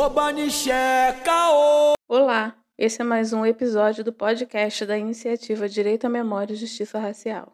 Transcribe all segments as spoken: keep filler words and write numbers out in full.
Olá, esse é mais um episódio do podcast da Iniciativa Direito à Memória e Justiça Racial.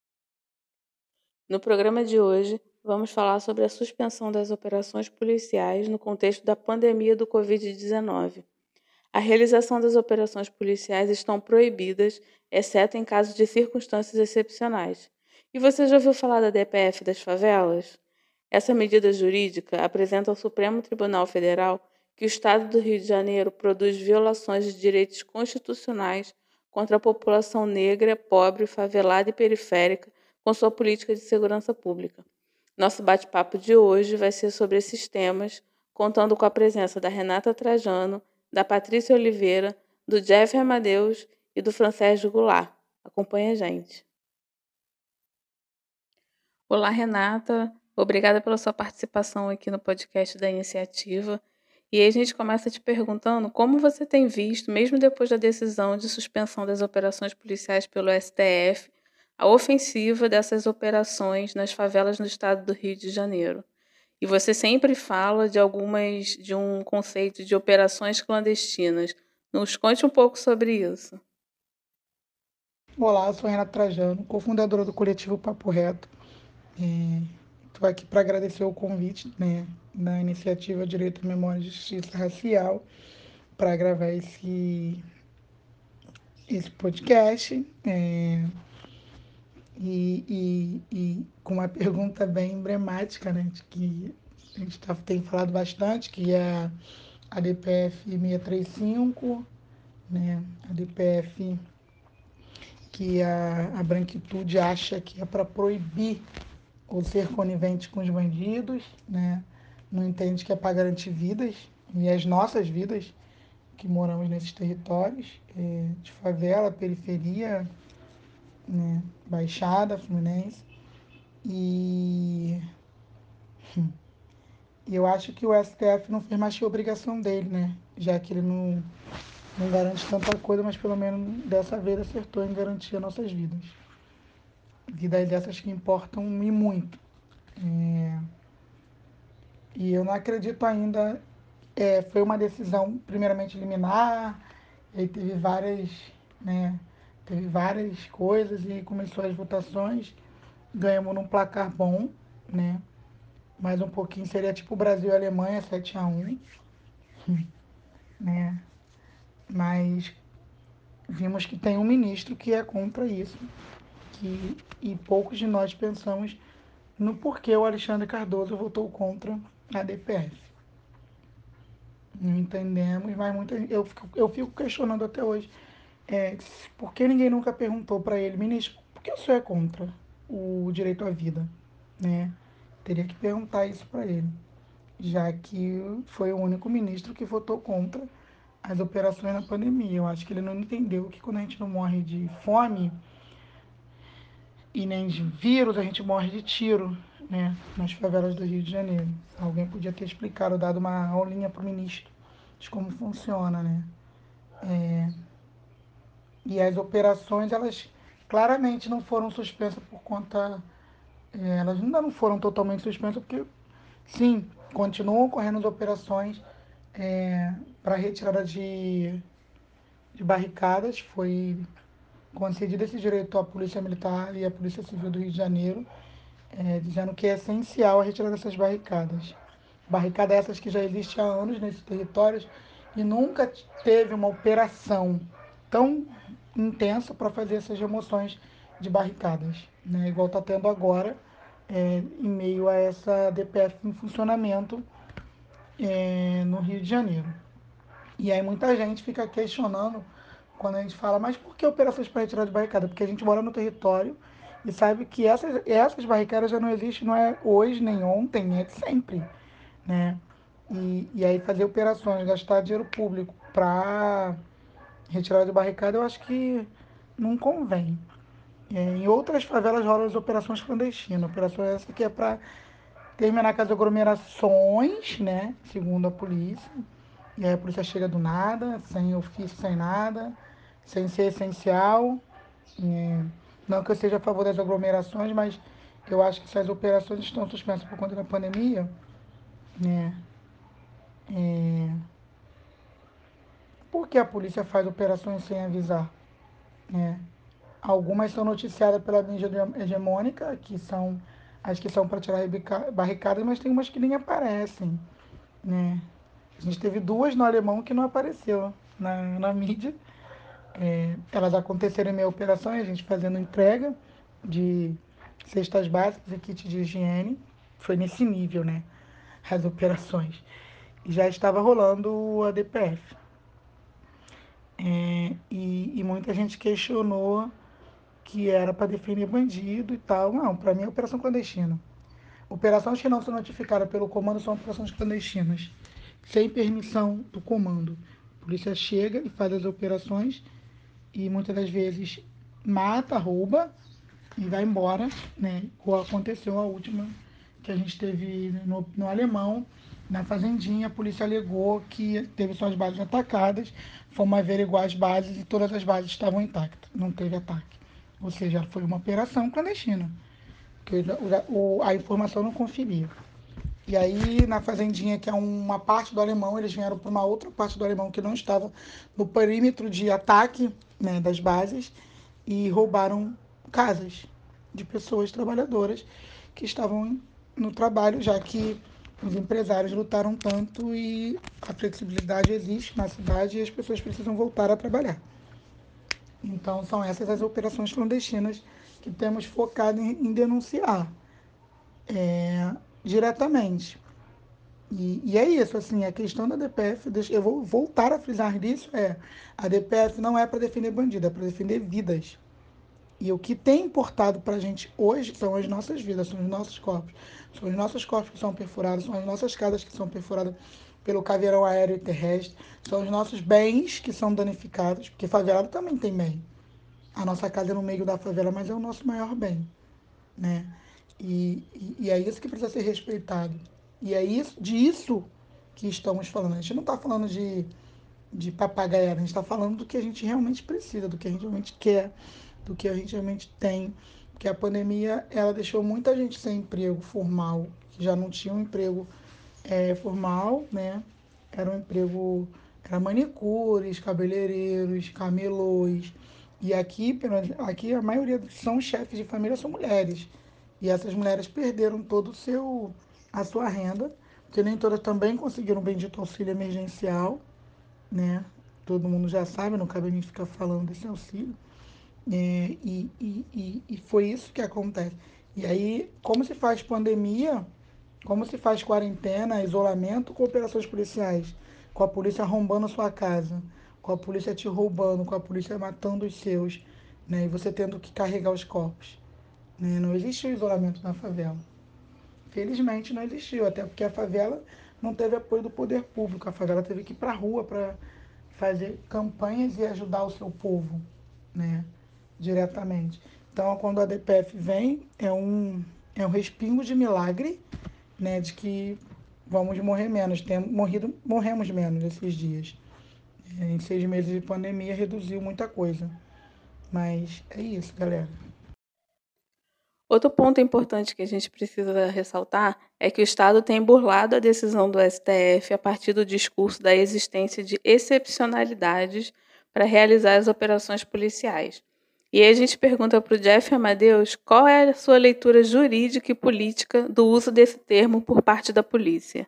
No programa de hoje, vamos falar sobre a suspensão das operações policiais no contexto da pandemia do covid dezenove. A realização das operações policiais estão proibidas, exceto em casos de circunstâncias excepcionais. E você já ouviu falar da D P F das favelas? Essa medida jurídica apresenta ao Supremo Tribunal Federal que o Estado do Rio de Janeiro produz violações de direitos constitucionais contra a população negra, pobre, favelada e periférica com sua política de segurança pública. Nosso bate-papo de hoje vai ser sobre esses temas, contando com a presença da Renata Trajano, da Patrícia Oliveira, do Jeff Amadeus e do Francésio Goulart. Acompanhe a gente. Olá, Renata. Obrigada pela sua participação aqui no podcast da Iniciativa. E aí a gente começa te perguntando como você tem visto, mesmo depois da decisão de suspensão das operações policiais pelo S T F, a ofensiva dessas operações nas favelas no estado do Rio de Janeiro. E você sempre fala de algumas, de um conceito de operações clandestinas. Nos conte um pouco sobre isso. Olá, eu sou Renata Trajano, cofundadora do coletivo Papo Reto. Estou aqui para agradecer o convite, né, da iniciativa Direito à Memória e Justiça Racial para gravar esse, esse podcast. É, e, e, e com uma pergunta bem emblemática, né, de que a gente tá, tem falado bastante, que é a D P F seiscentos e trinta e cinco, né, a D P F que a, a branquitude acha que é para proibir ou ser conivente com os bandidos, né? Não entende que é para garantir vidas, e as nossas vidas que moramos nesses territórios, é, de favela, periferia, né? Baixada, Fluminense. E eu acho que o S T F não fez mais que a obrigação dele, né? Já que ele não, não garante tanta coisa, mas pelo menos dessa vez acertou em garantir as nossas vidas. Vidas dessas que importam e muito. É, e eu não acredito ainda, é, foi uma decisão primeiramente liminar, e aí teve várias, né, teve várias coisas e começou as votações, ganhamos num placar bom, né, mais um pouquinho seria tipo Brasil e Alemanha, sete a um, né, mas vimos que tem um ministro que é contra isso, que, e poucos de nós pensamos no porquê o Alexandre Cardoso votou contra a D P F. Não entendemos, mas muita, eu, fico, eu fico questionando até hoje. É, por que ninguém nunca perguntou para ele, ministro, por que o senhor é contra o direito à vida? Né? Teria que perguntar isso para ele, já que foi o único ministro que votou contra as operações na pandemia. Eu acho que ele não entendeu que quando a gente não morre de fome e nem de vírus, a gente morre de tiro, né? Nas favelas do Rio de Janeiro. Alguém podia ter explicado, dado uma aulinha para o ministro de como funciona, né? É, e as operações, elas claramente não foram suspensas por conta... É, elas ainda não foram totalmente suspensas, porque, sim, continuam ocorrendo as operações é, para retirada de, de barricadas. Foi concedido esse direito à Polícia Militar e à Polícia Civil do Rio de Janeiro, é, dizendo que é essencial a retirada dessas barricadas. Barricadas essas que já existem há anos nesses territórios e nunca teve uma operação tão intensa para fazer essas remoções de barricadas, né? Igual está tendo agora, é, em meio a essa D P F em funcionamento é, no Rio de Janeiro. E aí muita gente fica questionando quando a gente fala, mas por que operações para retirar de barricada? Porque a gente mora no território e sabe que essas, essas barricadas já não existem, não é hoje nem ontem, é de sempre, né? E, e aí fazer operações, gastar dinheiro público para retirar de barricada, eu acho que não convém. É, em outras favelas rolam as operações clandestinas, operações essa que é para terminar com as aglomerações, né? Segundo a polícia. E aí a polícia chega do nada, sem ofício, sem nada, sem ser essencial. É, não que eu seja a favor das aglomerações, mas eu acho que se as operações estão suspensas por conta da pandemia, né, É... Por que a polícia faz operações sem avisar? Né? Algumas são noticiadas pela mídia hegemônica, que são as que são para tirar barricadas, mas tem umas que nem aparecem. Né? A gente teve duas no alemão que não apareceu na, na mídia. É, elas aconteceram em meio à operação, a gente fazendo entrega de cestas básicas e kit de higiene. Foi nesse nível, né? As operações. E já estava rolando a D P F. É, e, e muita gente questionou que era para defender bandido e tal. Não, para mim é operação clandestina. Operações que não são notificadas pelo comando são operações clandestinas, sem permissão do comando. A polícia chega e faz as operações e muitas das vezes mata, rouba e vai embora, né? Como aconteceu a última que a gente teve no, no Alemão, na Fazendinha, a polícia alegou que teve suas bases atacadas, fomos averiguar as bases e todas as bases estavam intactas, não teve ataque. Ou seja, foi uma operação clandestina, porque o, a informação não conferia. E aí, na Fazendinha, que é uma parte do Alemão, eles vieram para uma outra parte do Alemão que não estava no perímetro de ataque, né, das bases e roubaram casas de pessoas trabalhadoras que estavam no trabalho, já que os empresários lutaram tanto e a flexibilidade existe na cidade e as pessoas precisam voltar a trabalhar. Então, são essas as operações clandestinas que temos focado em, em denunciar é, diretamente. E, e é isso, assim, a questão da D P F, eu vou voltar a frisar nisso, é a D P F não é para defender bandido, é para defender vidas. E o que tem importado para a gente hoje são as nossas vidas, são os nossos corpos. São os nossos corpos que são perfurados, são as nossas casas que são perfuradas pelo caveirão aéreo e terrestre, são os nossos bens que são danificados, porque favelado também tem bem. A nossa casa é no meio da favela, mas é o nosso maior bem, né? E, e, e é isso que precisa ser respeitado. E é isso, disso que estamos falando. A gente não está falando de, de papagaia, a gente está falando do que a gente realmente precisa, do que a gente realmente quer, do que a gente realmente tem. Porque a pandemia, ela deixou muita gente sem emprego formal, que já não tinha um emprego é, formal, né? Era um emprego, era manicures, cabeleireiros, camelôs. E aqui, aqui a maioria dos são chefes de família são mulheres. E essas mulheres perderam todo o seu, a sua renda, porque nem todas também conseguiram o bendito auxílio emergencial, né? Todo mundo já sabe, não cabe a mim ficar falando desse auxílio. É, e, e, e, e foi isso que acontece. E aí, como se faz pandemia, como se faz quarentena, isolamento com operações policiais? Com a polícia arrombando a sua casa, com a polícia te roubando, com a polícia matando os seus, né? E você tendo que carregar os corpos. Né? Não existe o isolamento na favela. Felizmente não existiu, até porque a favela não teve apoio do poder público. A favela teve que ir para a rua para fazer campanhas e ajudar o seu povo, né? Diretamente. Então, quando a D P F vem, é um, é um respingo de milagre, né? De que vamos morrer menos. Temos morrido, morremos menos esses dias. É, em seis meses de pandemia reduziu muita coisa. Mas é isso, galera. Outro ponto importante que a gente precisa ressaltar é que o Estado tem burlado a decisão do S T F a partir do discurso da existência de excepcionalidades para realizar as operações policiais. E aí a gente pergunta para o Jeff Amadeus qual é a sua leitura jurídica e política do uso desse termo por parte da polícia.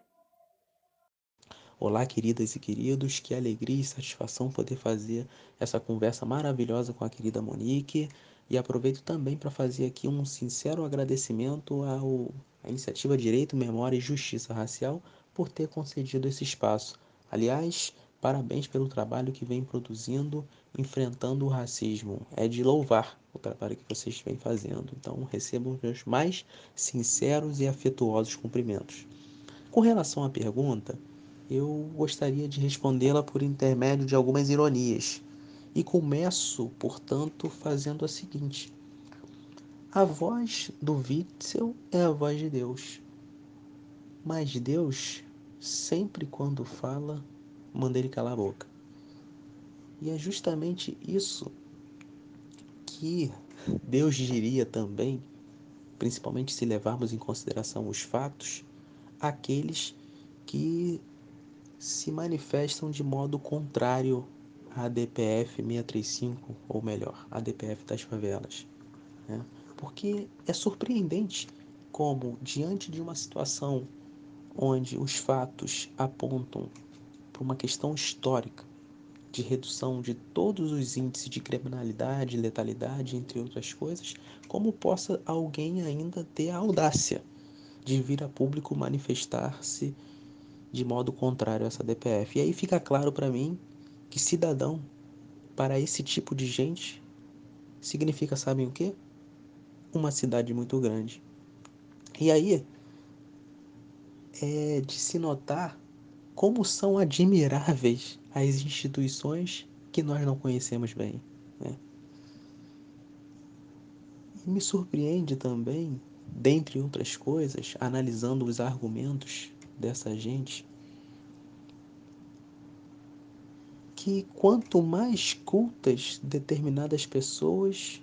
Olá, queridas e queridos, que alegria e satisfação poder fazer essa conversa maravilhosa com a querida Monique. E aproveito também para fazer aqui um sincero agradecimento ao, à iniciativa Direito, Memória e Justiça Racial por ter concedido esse espaço. Aliás, parabéns pelo trabalho que vem produzindo, enfrentando o racismo. É de louvar o trabalho que vocês vêm fazendo. Então, recebam meus mais sinceros e afetuosos cumprimentos. Com relação à pergunta, eu gostaria de respondê-la por intermédio de algumas ironias. E começo, portanto, fazendo a seguinte: a voz do Witzel é a voz de Deus, mas Deus, sempre quando fala, manda ele calar a boca. E é justamente isso que Deus diria também, principalmente se levarmos em consideração os fatos, àqueles que se manifestam de modo contrário à D P F seiscentos e trinta e cinco, ou melhor, à D P F das favelas, né? Porque é surpreendente como, diante de uma situação onde os fatos apontam para uma questão histórica de redução de todos os índices de criminalidade, letalidade, entre outras coisas, como possa alguém ainda ter a audácia de vir a público manifestar-se de modo contrário a essa D P F. E aí fica claro para mim que cidadão, para esse tipo de gente, significa, sabem o quê? Uma cidade muito grande. E aí é de se notar como são admiráveis as instituições que nós não conhecemos bem, né? E me surpreende também, dentre outras coisas, analisando os argumentos dessa gente, que quanto mais cultas determinadas pessoas,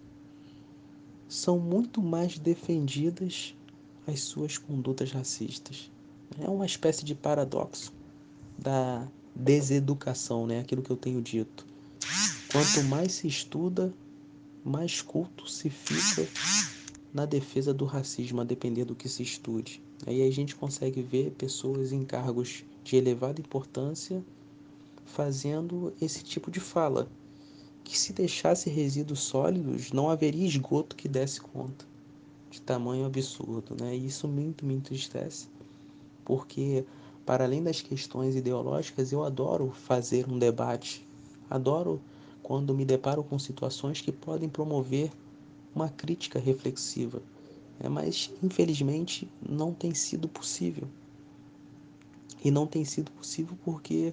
são muito mais defendidas as suas condutas racistas. É uma espécie de paradoxo da deseducação, né? Aquilo que eu tenho dito. Quanto mais se estuda, mais culto se fica na defesa do racismo, a depender do que se estude. Aí a gente consegue ver pessoas em cargos de elevada importância fazendo esse tipo de fala, que se deixasse resíduos sólidos, não haveria esgoto que desse conta de tamanho absurdo, né? E isso muito me entristece, porque para além das questões ideológicas, eu adoro fazer um debate, adoro quando me deparo com situações que podem promover uma crítica reflexiva, é, mas infelizmente não tem sido possível. E não tem sido possível porque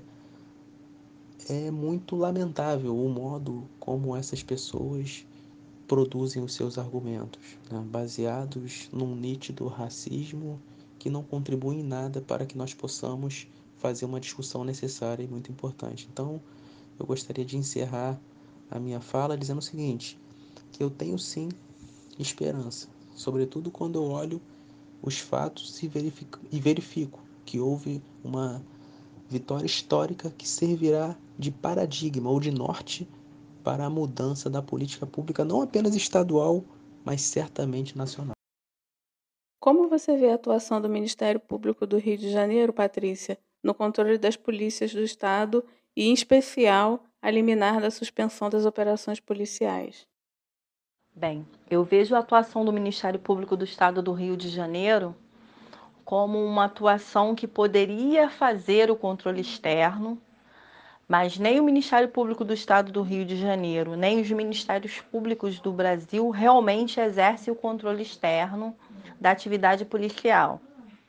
é muito lamentável o modo como essas pessoas produzem os seus argumentos, né, baseados num nítido racismo que não contribui em nada para que nós possamos fazer uma discussão necessária e muito importante. Então, eu gostaria de encerrar a minha fala dizendo o seguinte, que eu tenho sim esperança, sobretudo quando eu olho os fatos e verifico, e verifico que houve uma vitória histórica que servirá de paradigma ou de norte para a mudança da política pública, não apenas estadual, mas certamente nacional. Como você vê a atuação do Ministério Público do Rio de Janeiro, Patrícia, no controle das polícias do Estado e, em especial, a liminar da suspensão das operações policiais? Bem, eu vejo a atuação do Ministério Público do Estado do Rio de Janeiro como uma atuação que poderia fazer o controle externo, mas nem o Ministério Público do Estado do Rio de Janeiro, nem os Ministérios Públicos do Brasil realmente exercem o controle externo da atividade policial.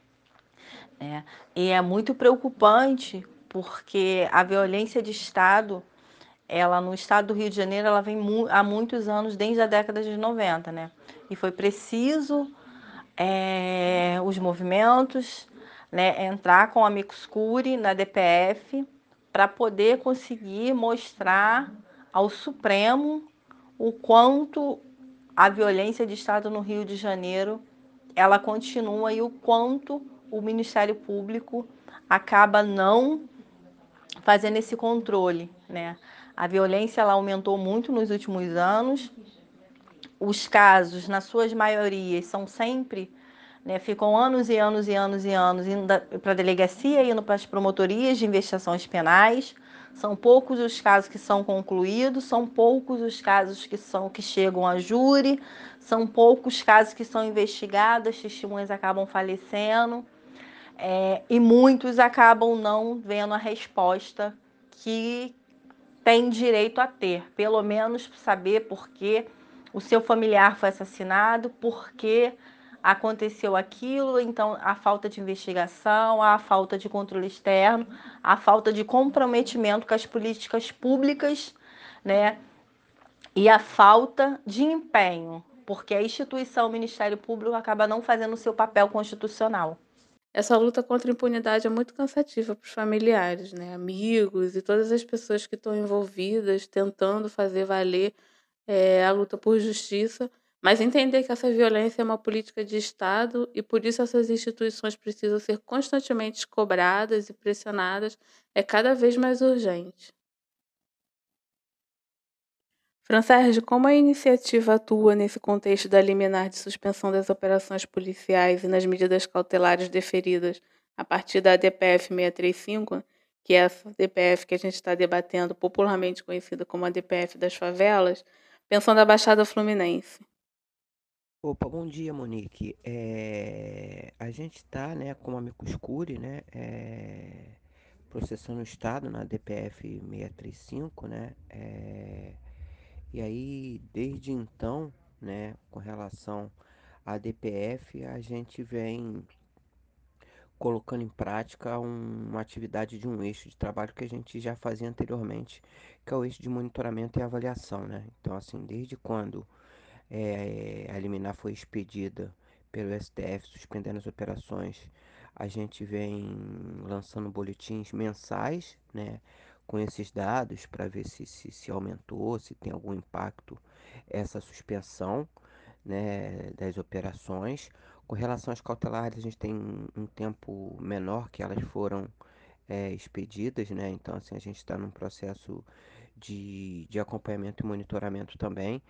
É, e é muito preocupante porque a violência de Estado, ela no Estado do Rio de Janeiro, ela vem mu- há muitos anos, desde a década de noventa, né? E foi preciso é, os movimentos, né, entrar com a amicus curiae na D P F para poder conseguir mostrar ao Supremo o quanto a violência de Estado no Rio de Janeiro ela continua e o quanto o Ministério Público acaba não fazendo esse controle, né? A violência ela aumentou muito nos últimos anos. Os casos, na suas maiorias, são sempre, né, ficam anos e anos e anos e anos indo para a delegacia, indo para as promotorias de investigações penais. São poucos os casos que são concluídos, são poucos os casos que são que chegam a júri, são poucos casos que são investigados, as testemunhas acabam falecendo, é, e muitos acabam não vendo a resposta que tem direito a ter, pelo menos saber por que o seu familiar foi assassinado, por que aconteceu aquilo. Então, a falta de investigação, a falta de controle externo, a falta de comprometimento com as políticas públicas, né? E a falta de empenho, porque a instituição, o Ministério Público, acaba não fazendo o seu papel constitucional. Essa luta contra a impunidade é muito cansativa para os familiares, né? Amigos e todas as pessoas que estão envolvidas tentando fazer valer é, a luta por justiça, mas entender que essa violência é uma política de Estado e por isso essas instituições precisam ser constantemente cobradas e pressionadas é cada vez mais urgente. Fransérgio, como a iniciativa atua nesse contexto da liminar de suspensão das operações policiais e nas medidas cautelares deferidas a partir da D P F seiscentos e trinta e cinco, que é essa D P F que a gente está debatendo, popularmente conhecida como a D P F das favelas, pensando a Baixada Fluminense? Opa, bom dia, Monique. É, a gente está, né, com a amicus curiae, né, é, processando o Estado na D P F seiscentos e trinta e cinco, né, é, e aí, desde então, né, com relação à D P F, a gente vem colocando em prática um- uma atividade de um eixo de trabalho que a gente já fazia anteriormente, que é o eixo de monitoramento e avaliação, né. Então, assim, desde quando é, a liminar foi expedida pelo S T F, suspendendo as operações. A gente vem lançando boletins mensais, né, com esses dados para ver se, se, se aumentou, se tem algum impacto essa suspensão, né, das operações. Com relação às cautelares, a gente tem um tempo menor que elas foram é, expedidas, né? Então, assim, a gente está num processo de, de acompanhamento e monitoramento também.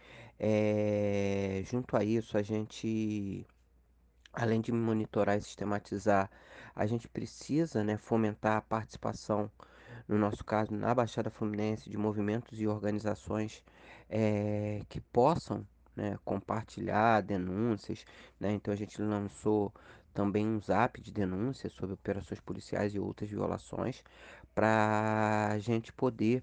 É, junto a isso, a gente, além de monitorar e sistematizar, a gente precisa, né, fomentar a participação, no nosso caso, na Baixada Fluminense, de movimentos e organizações eh, que possam, né, compartilhar denúncias, né? Então a gente lançou também um zap de denúncias sobre operações policiais e outras violações para a gente poder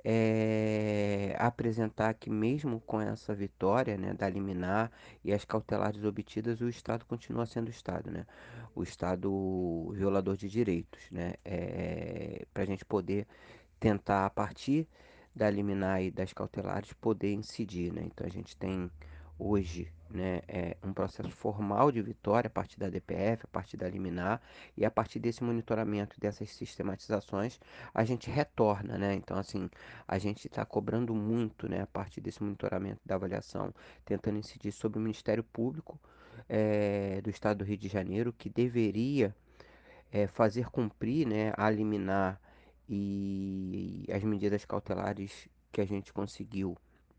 eh, apresentar que mesmo com essa vitória, né, da liminar e as cautelares obtidas, o Estado continua sendo o Estado, né? O Estado violador de direitos, né? É, para a gente poder tentar, a partir da liminar e das cautelares, poder incidir, né? Então a gente tem hoje, né, é, um processo formal de vitória a partir da D P F, a partir da liminar, e a partir desse monitoramento, dessas sistematizações, a gente retorna, né? Então, assim, a gente está cobrando muito, né, a partir desse monitoramento da avaliação, tentando incidir sobre o Ministério Público eh, do Estado do Rio de Janeiro, que deveria eh, fazer cumprir, né, a liminar e as medidas cautelares que a gente conseguiu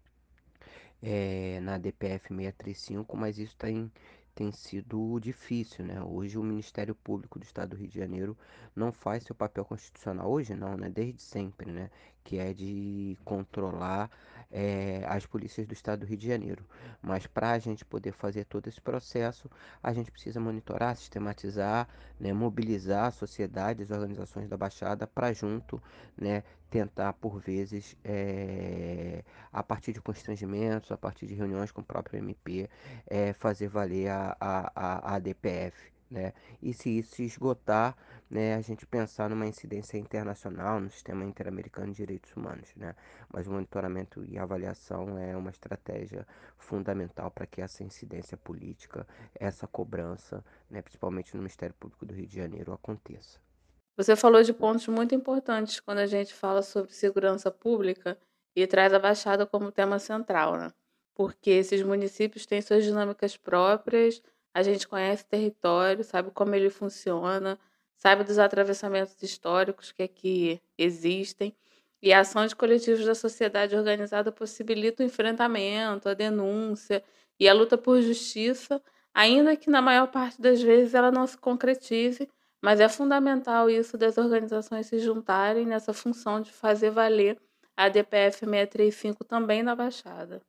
eh, na D P F seiscentos e trinta e cinco, mas isso tem, tem sido difícil, né? Hoje o Ministério Público do Estado do Rio de Janeiro não faz seu papel constitucional, hoje não, né? Desde sempre, né? Que é de controlar eh, as polícias do Estado do Rio de Janeiro. Mas para a gente poder fazer todo esse processo, a gente precisa monitorar, sistematizar, né? Mobilizar a sociedade, as organizações da Baixada para junto, né? Tentar por vezes eh, a partir de constrangimentos, a partir de reuniões com o próprio M P, é, fazer valer a, a, a, a D P F. Né? E se isso se esgotar, né, a gente pensar numa incidência internacional, no sistema interamericano de direitos humanos. Né? Mas o monitoramento e avaliação é uma estratégia fundamental para que essa incidência política, essa cobrança, né, principalmente no Ministério Público do Rio de Janeiro, aconteça. Você falou de pontos muito importantes quando a gente fala sobre segurança pública e traz a Baixada como tema central, né? Porque esses municípios têm suas dinâmicas próprias, a gente conhece o território, sabe como ele funciona, sabe dos atravessamentos históricos que aqui existem, e a ação de coletivos da sociedade organizada possibilita o enfrentamento, a denúncia e a luta por justiça, ainda que na maior parte das vezes ela não se concretize, mas é fundamental isso das organizações se juntarem nessa função de fazer valer a D P F seiscentos e trinta e cinco também na Baixada.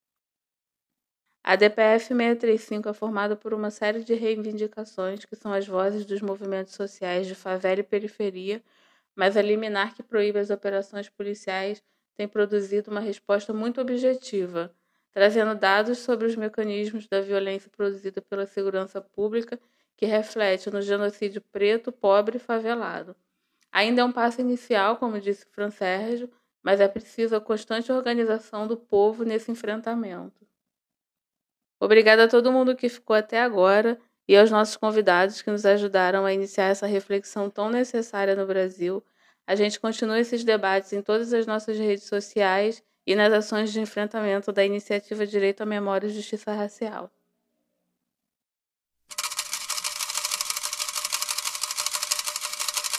A D P F seiscentos e trinta e cinco é formada por uma série de reivindicações que são as vozes dos movimentos sociais de favela e periferia, mas a liminar que proíbe as operações policiais tem produzido uma resposta muito objetiva, trazendo dados sobre os mecanismos da violência produzida pela segurança pública que reflete no genocídio preto, pobre e favelado. Ainda é um passo inicial, como disse Fransérgio, mas é preciso a constante organização do povo nesse enfrentamento. Obrigada a todo mundo que ficou até agora e aos nossos convidados que nos ajudaram a iniciar essa reflexão tão necessária no Brasil. A gente continua esses debates em todas as nossas redes sociais e nas ações de enfrentamento da iniciativa Direito à Memória e Justiça Racial.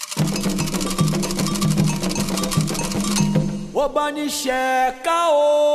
Ô Baniché, caô!